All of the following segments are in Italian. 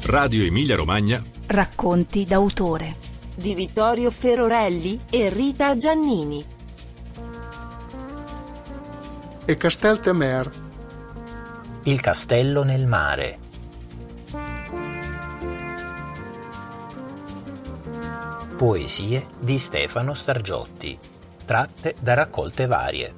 Radio Emilia Romagna. Racconti d'autore di Vittorio Ferorelli e Rita Giannini. E Castel Temer. Il castello nel mare. Poesie di Stefano Stargiotti, tratte da raccolte varie.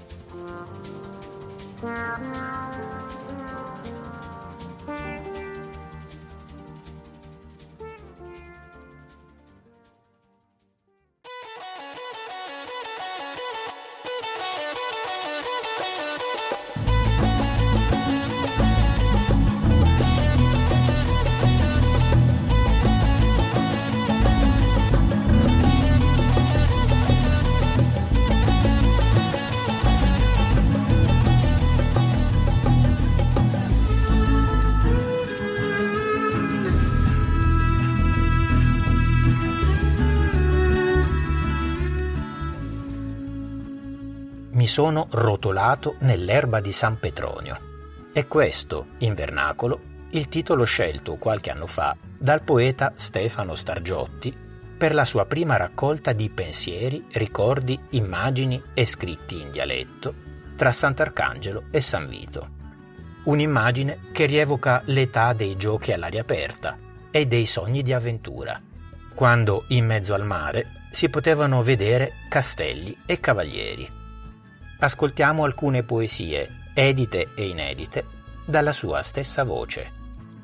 Mi sono rotolato nell'erba di San Petronio. È questo, in vernacolo, il titolo scelto qualche anno fa dal poeta Stefano Stargiotti per la sua prima raccolta di pensieri, ricordi, immagini e scritti in dialetto tra Sant'Arcangelo e San Vito. Un'immagine che rievoca l'età dei giochi all'aria aperta e dei sogni di avventura, quando in mezzo al mare si potevano vedere castelli e cavalieri. Ascoltiamo alcune poesie, edite e inedite, dalla sua stessa voce.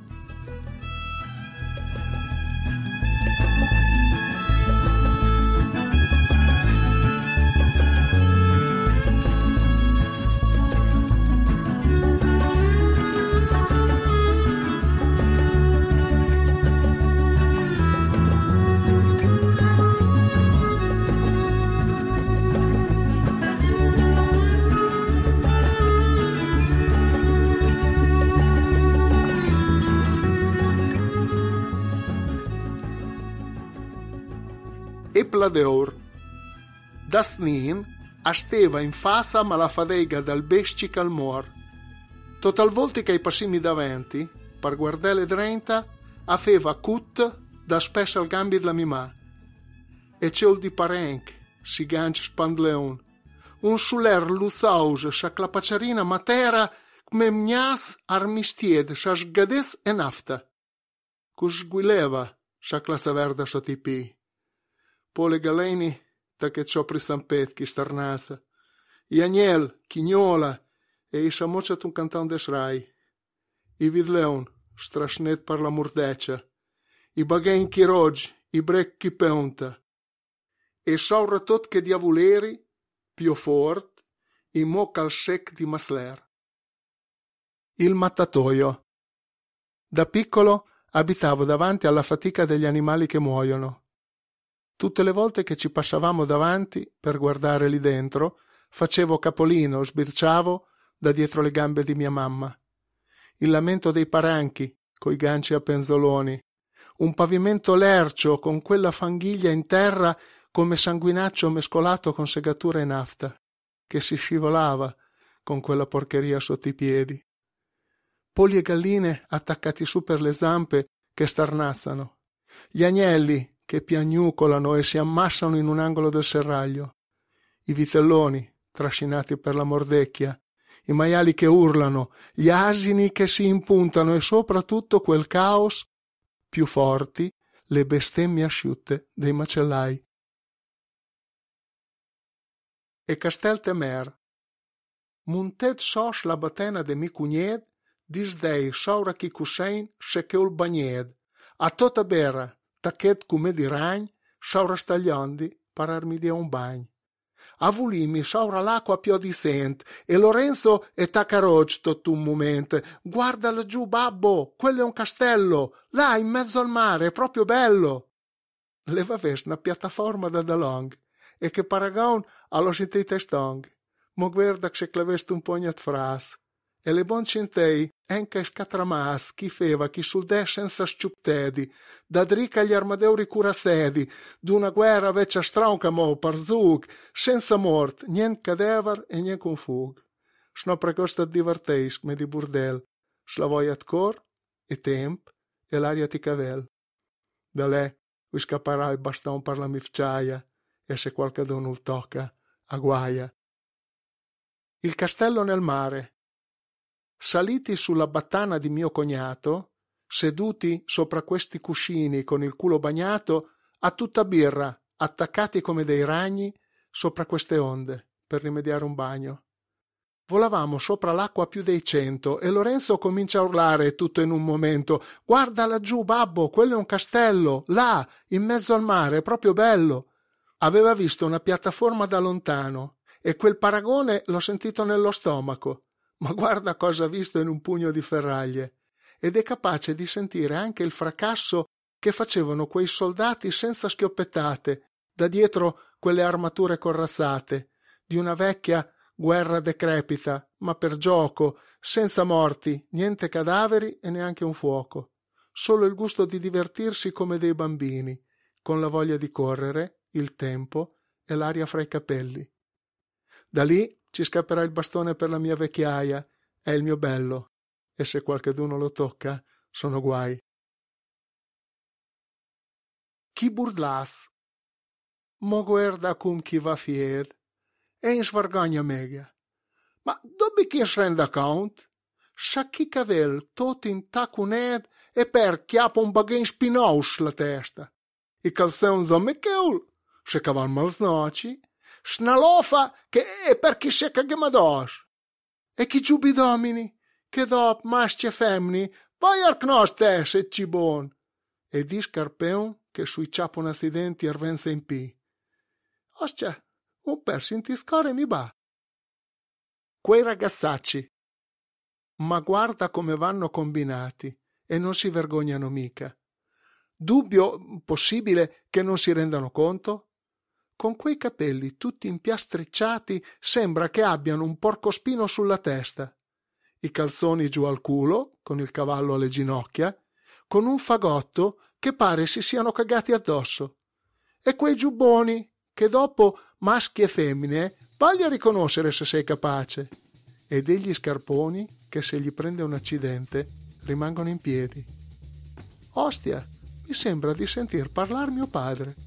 E Pladeur. Da snin asteva in fasa ma la fadega dal besci al mor. Total volte che i passimi davanti, per guardare drenta, aveva cut da spesso al gambi della mimà. E c'è di parenc, si ganci spandleon. Un suller lusaus, sa clapacciarina matera, come mnias armistied, sa sgades e nafta. Cus sguileva, sa clasa verda sotipi. Pole galeni, da che ciò pri Sampet, starnasa. I agnel, chignola, e i samociat un cantan des rai. I vidleon, strasnet per la murdeccia. I baghen chirog, i brec chi peunta. E saura tot che diavoleri, più fort, i moc al sec di Masler. Il mattatoio. Da piccolo abitavo davanti alla fatica degli animali che muoiono. Tutte le volte che ci passavamo davanti per guardare lì dentro, facevo capolino, sbirciavo da dietro le gambe di mia mamma. Il lamento dei paranchi, coi ganci a penzoloni, un pavimento lercio con quella fanghiglia in terra come sanguinaccio mescolato con segatura e nafta, che si scivolava con quella porcheria sotto i piedi. Polli e galline attaccati su per le zampe che starnassano. Gli agnelli che piagnucolano e si ammassano in un angolo del serraglio, i vitelloni trascinati per la mordecchia, i maiali che urlano, gli asini che si impuntano e soprattutto quel caos, più forti, le bestemmie asciutte dei macellai. E Castel Temer. Munted sos la batena de mi cugned, disdei saura chi cussein secheul bagned, a tota berra, tacchet come di ragn, saura stagliondi, pararmi di un bagno. A vulimi saura l'acqua più di sent, e Lorenzo e taccarog tutto un momento. Guarda laggiù, babbo, quello è un castello, là in mezzo al mare, è proprio bello. Leva ves una piattaforma da dalong, e che paragon allo sentite stong. Mo guarda che se claveste un pognat fras. E le bon centei, enca scatramas, chi feva, chi sul de senza sciuptedi, da drica gli armadeuri curasedi, d'una guerra veccia strauncamo, parzug, senza mort, nien cadever e nien confug. Sno precosta diverteis, me di burdel, slavoiat cor, e temp, e l'aria ti cavel. Da lì vi scapperà il bastone per la mifciaia e se qualcuno il tocca, agguaia. Il castello nel mare. Saliti sulla battana di mio cognato, seduti sopra questi cuscini con il culo bagnato, a tutta birra, attaccati come dei ragni sopra queste onde per rimediare un bagno. Volavamo sopra l'acqua più dei 100 e Lorenzo comincia a urlare tutto in un momento: «Guarda laggiù, babbo, quello è un castello, là, in mezzo al mare, è proprio bello!» Aveva visto una piattaforma da lontano e quel paragone l'ho sentito nello stomaco, ma guarda cosa ha visto in un pugno di ferraglie, ed è capace di sentire anche il fracasso che facevano quei soldati senza schioppettate, da dietro quelle armature corazzate, di una vecchia guerra decrepita, ma per gioco, senza morti, niente cadaveri e neanche un fuoco, solo il gusto di divertirsi come dei bambini, con la voglia di correre, il tempo e l'aria fra i capelli. Da lì ci scapperà il bastone per la mia vecchiaia, è il mio bello, e se qualcheduno lo tocca, sono guai. Chi burlas? Mo guarda cum chi va fier. Eens vergogna mega. Ma dove chi si renda conto? Sa chi cavel tot in tacuned e per chiappa un baghen spinaus la testa. I calzoni zammecheul, se caval malsnoci, snalofa che è per chi se cagamados. E chi giubi domini, che dop maschi e femmini, vai al knost se cibon. E di scarpeun che sui ciapon accidenti arvense in pi. Ostia, un perso in tiscore mi va. Quei ragazzacci. Ma guarda come vanno combinati e non si vergognano mica. Dubbio possibile che non si rendano conto? Con quei capelli tutti impiastricciati sembra che abbiano un porcospino sulla testa, i calzoni giù al culo, con il cavallo alle ginocchia, con un fagotto che pare si siano cagati addosso, e quei giubboni che dopo maschi e femmine vagli a riconoscere se sei capace, e degli scarponi che se gli prende un accidente rimangono in piedi. Ostia, mi sembra di sentir parlar mio padre.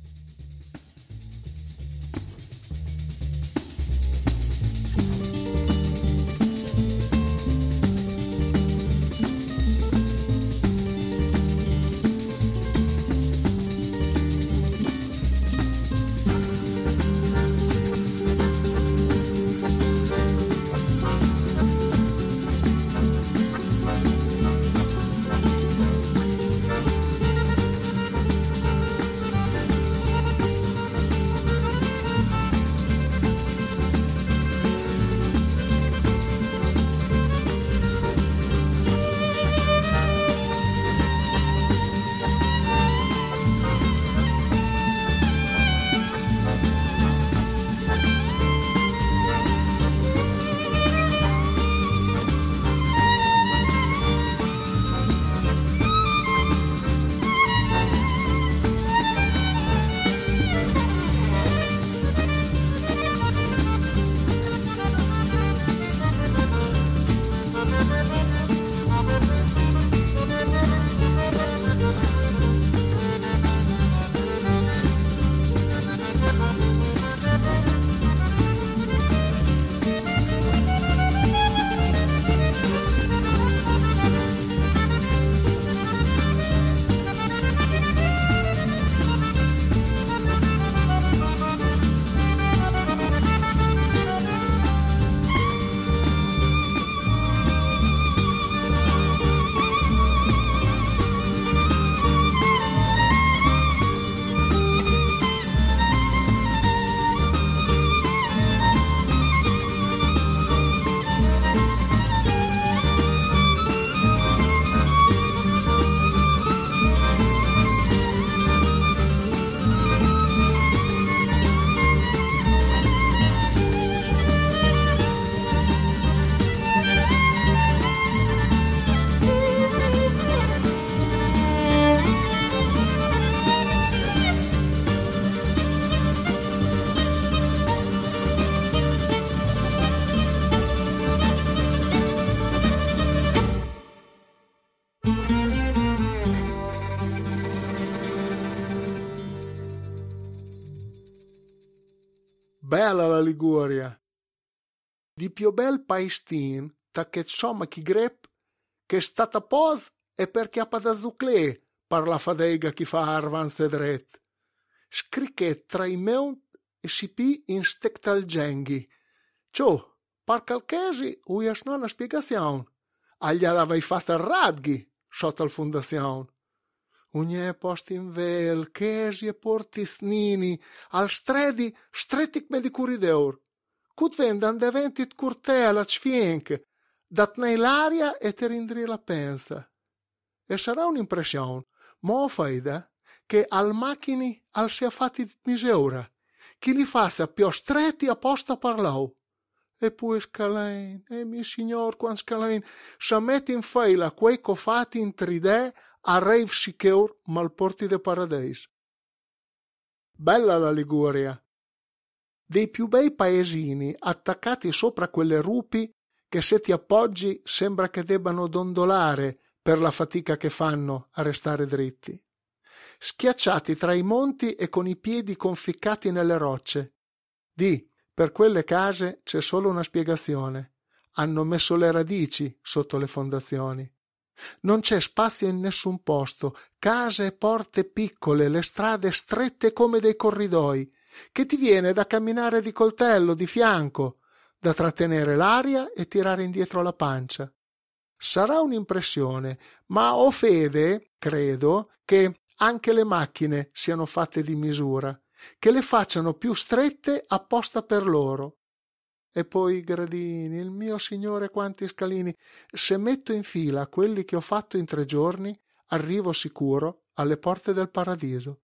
Bella la Liguria. Di più bel paestin, che insomma chi grep, che è stata pos e perché ha da zuclè, per la fadega chi fa arvanze dret. Scrichet tra i meunt e si pi in stectal genghi. Ciò, per calchesi, uias non una spiegazione. Agli avei fatto radghi, sotto al fondazione. Ugne post in vel, chesi e porti snini, al stredi, stretic me di curideur. Cut vendan deventit curtela, sfienc, dat nei l'aria e te rindri la pensa. E sarà un'impressione, ma faida, che al macchini al sia fatti di misura, chi li fasse più stretti apposta per l'au. E poi scalain, mi signor, quan scalain, sa metti in fila quei cofati in 3D a reiv sicur mal porti de paradise. Bella la Liguria. Dei più bei paesini attaccati sopra quelle rupi che se ti appoggi sembra che debbano dondolare per la fatica che fanno a restare dritti. Schiacciati tra i monti e con i piedi conficcati nelle rocce. Per quelle case c'è solo una spiegazione. Hanno messo le radici sotto le fondazioni. Non c'è spazio in nessun posto, case e porte piccole, le strade strette come dei corridoi, che ti viene da camminare di coltello, di fianco, da trattenere l'aria e tirare indietro la pancia. Sarà un'impressione, ma ho fede, credo, che anche le macchine siano fatte di misura, che le facciano più strette apposta per loro. E poi i gradini, il mio signore quanti scalini, se metto in fila quelli che ho fatto in 3 giorni, arrivo sicuro alle porte del paradiso.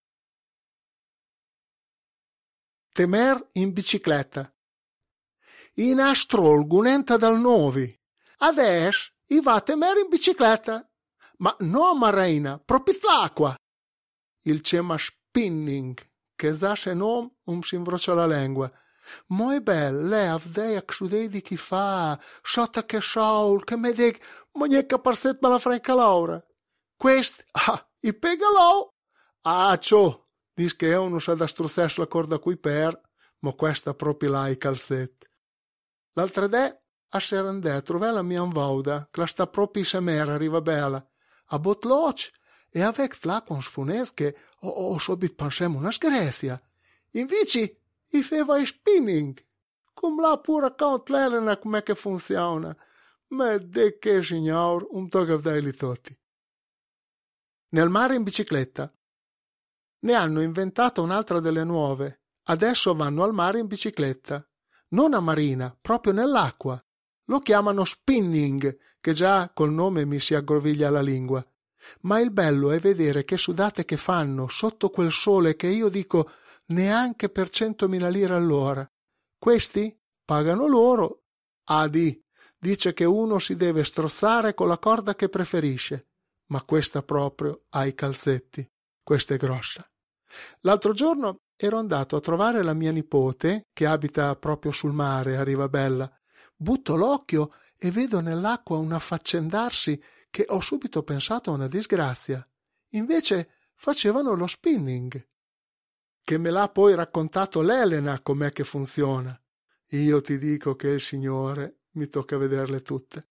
Temer in bicicletta. In astrol gunenta dal novi. Adesso i va a temer in bicicletta. Ma no, Marina, proprio l'acqua. Il cema spinning, che sa se non si imbrocia la lingua. Ma è bello, lei avdei xudei di chi fa, sota che sciaul, che me deg, mogneca parset me la franca Laura. Quest, i pegalò. Ciò, dis che uno sa da struzzes la corda qui per, ma questa proprio là i calzet. L'altra de, a serandè, trovè la mia vauda, che la sta proprio semera, arriva bella, a botloc, e avec flacon sfunes che, sobit pensem una sgresia. Invece, i feva spinning. Cum la pura cont l'Elena com'è che funziona. Ma de che signor, tocca avdeli tutti. Nel mare in bicicletta. Ne hanno inventato un'altra delle nuove. Adesso vanno al mare in bicicletta. Non a Marina, proprio nell'acqua. Lo chiamano spinning, che già col nome mi si aggroviglia la lingua. Ma il bello è vedere che sudate che fanno sotto quel sole che io dico neanche per 100.000 lire all'ora. Questi pagano loro. Dice che uno si deve strozzare con la corda che preferisce, ma questa proprio ha i calzetti, questa è grossa. L'altro giorno ero andato a trovare la mia nipote, che abita proprio sul mare a Rivabella. Butto l'occhio e vedo nell'acqua un affaccendarsi che ho subito pensato a una disgrazia. Invece facevano lo spinning. Che me l'ha poi raccontato l'Elena com'è che funziona. Io ti dico che il Signore mi tocca vederle tutte.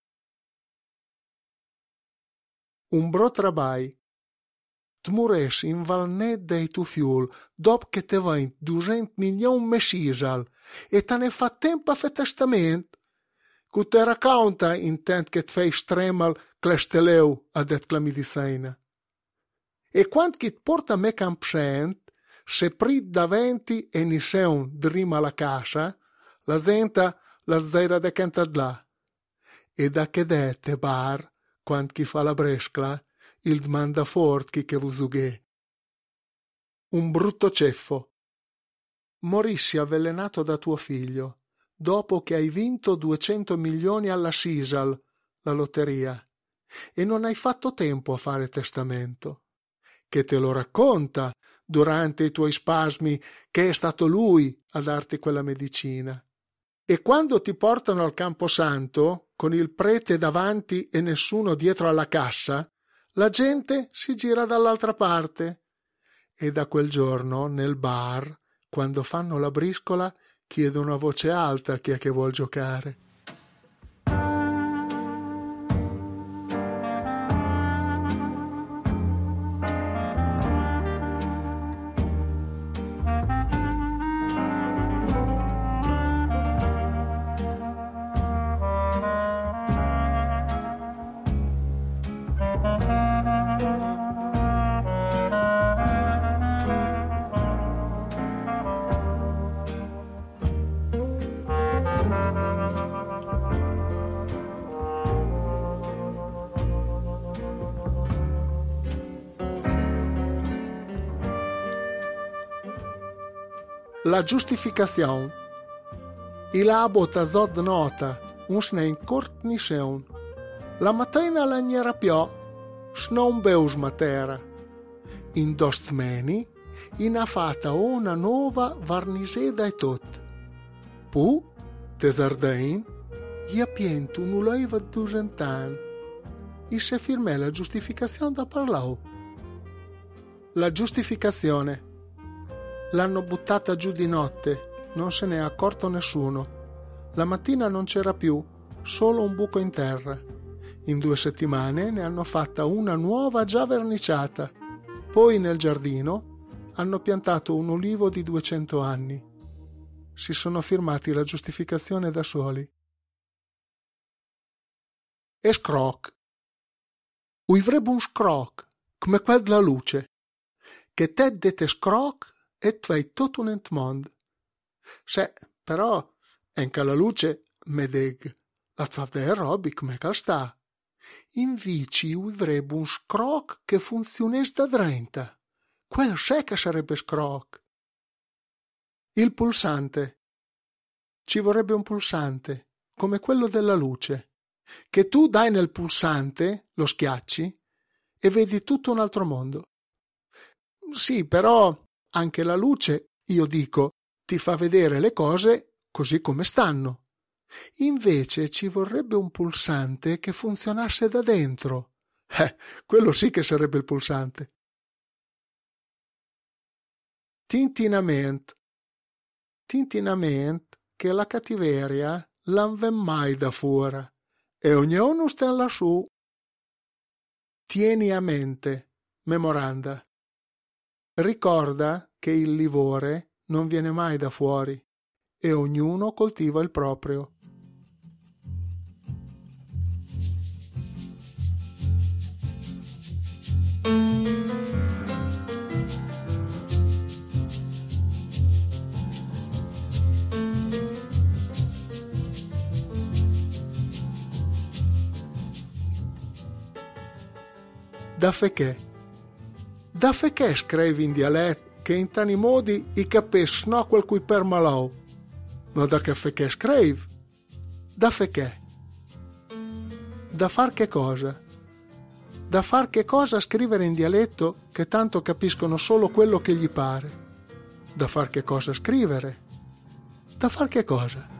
Un bro trabai. T'mures in valnet dei tu fiul, dop che te vain 200 milioni mesisal, e te ne fa tempo a fe testament. Cu te racconta intent che t'fei stremal clesteleu a det clamidisena. E quant chi porta me campsent, se prit daventi e niseun drima la casa, la zenta la zaira de cantadla. E da che dete bar, quant chi fa la brescla, il manda fort chi che vusughe. Un brutto ceffo. Morissi avvelenato da tuo figlio, dopo che hai vinto 200 milioni alla Sisal, la lotteria, e non hai fatto tempo a fare testamento. Che te lo racconta durante i tuoi spasmi che è stato lui a darti quella medicina. E quando ti portano al Camposanto, con il prete davanti e nessuno dietro alla cassa, la gente si gira dall'altra parte. E da quel giorno, nel bar, quando fanno la briscola, chiede una voce alta a chi è che vuol giocare. La giustificazione. Il abota zod nota, un snein kort ni seun. La mattina la n'era piò, snon beus matera. In dostmeni, in ha fatta una nuova varniseda e tot. Pu, tesardain, gli ha piento un'uleva dusentan. E se firmè la giustificazione da parlau. La giustificazione. L'hanno buttata giù di notte, non se ne è accorto nessuno. La mattina non c'era più, solo un buco in terra. In 2 settimane ne hanno fatta una nuova già verniciata. Poi nel giardino hanno piantato un ulivo di 200 anni. Si sono firmati la giustificazione da soli. E scroc. Uivrebbe un scroc, come quel della luce. Che te dete scroc e tvei tot un entmond. Se, però, enca la luce, medeg, la tvavde robi come cal sta. Invici uivrebbe un scroc che funziones da drenta. Quello se che sarebbe scroc. Il pulsante. Ci vorrebbe un pulsante, come quello della luce, che tu dai nel pulsante, lo schiacci, e vedi tutto un altro mondo. Sì, però anche la luce, io dico, ti fa vedere le cose così come stanno. Invece ci vorrebbe un pulsante che funzionasse da dentro. Quello sì che sarebbe il pulsante. Tintinament. Tintinament che la cattiveria non ven mai da fuori, e ognuno sta lassù. Tieni a mente, memoranda. Ricorda che il livore non viene mai da fuori e ognuno coltiva il proprio. Da fechè scrivi in dialetto che in tani modi i capes no quel cui per malò, ma da che fechè scrivi? Da fechè. Da far che cosa? Da far che cosa scrivere in dialetto che tanto capiscono solo quello che gli pare? Da far che cosa scrivere? Da far che cosa?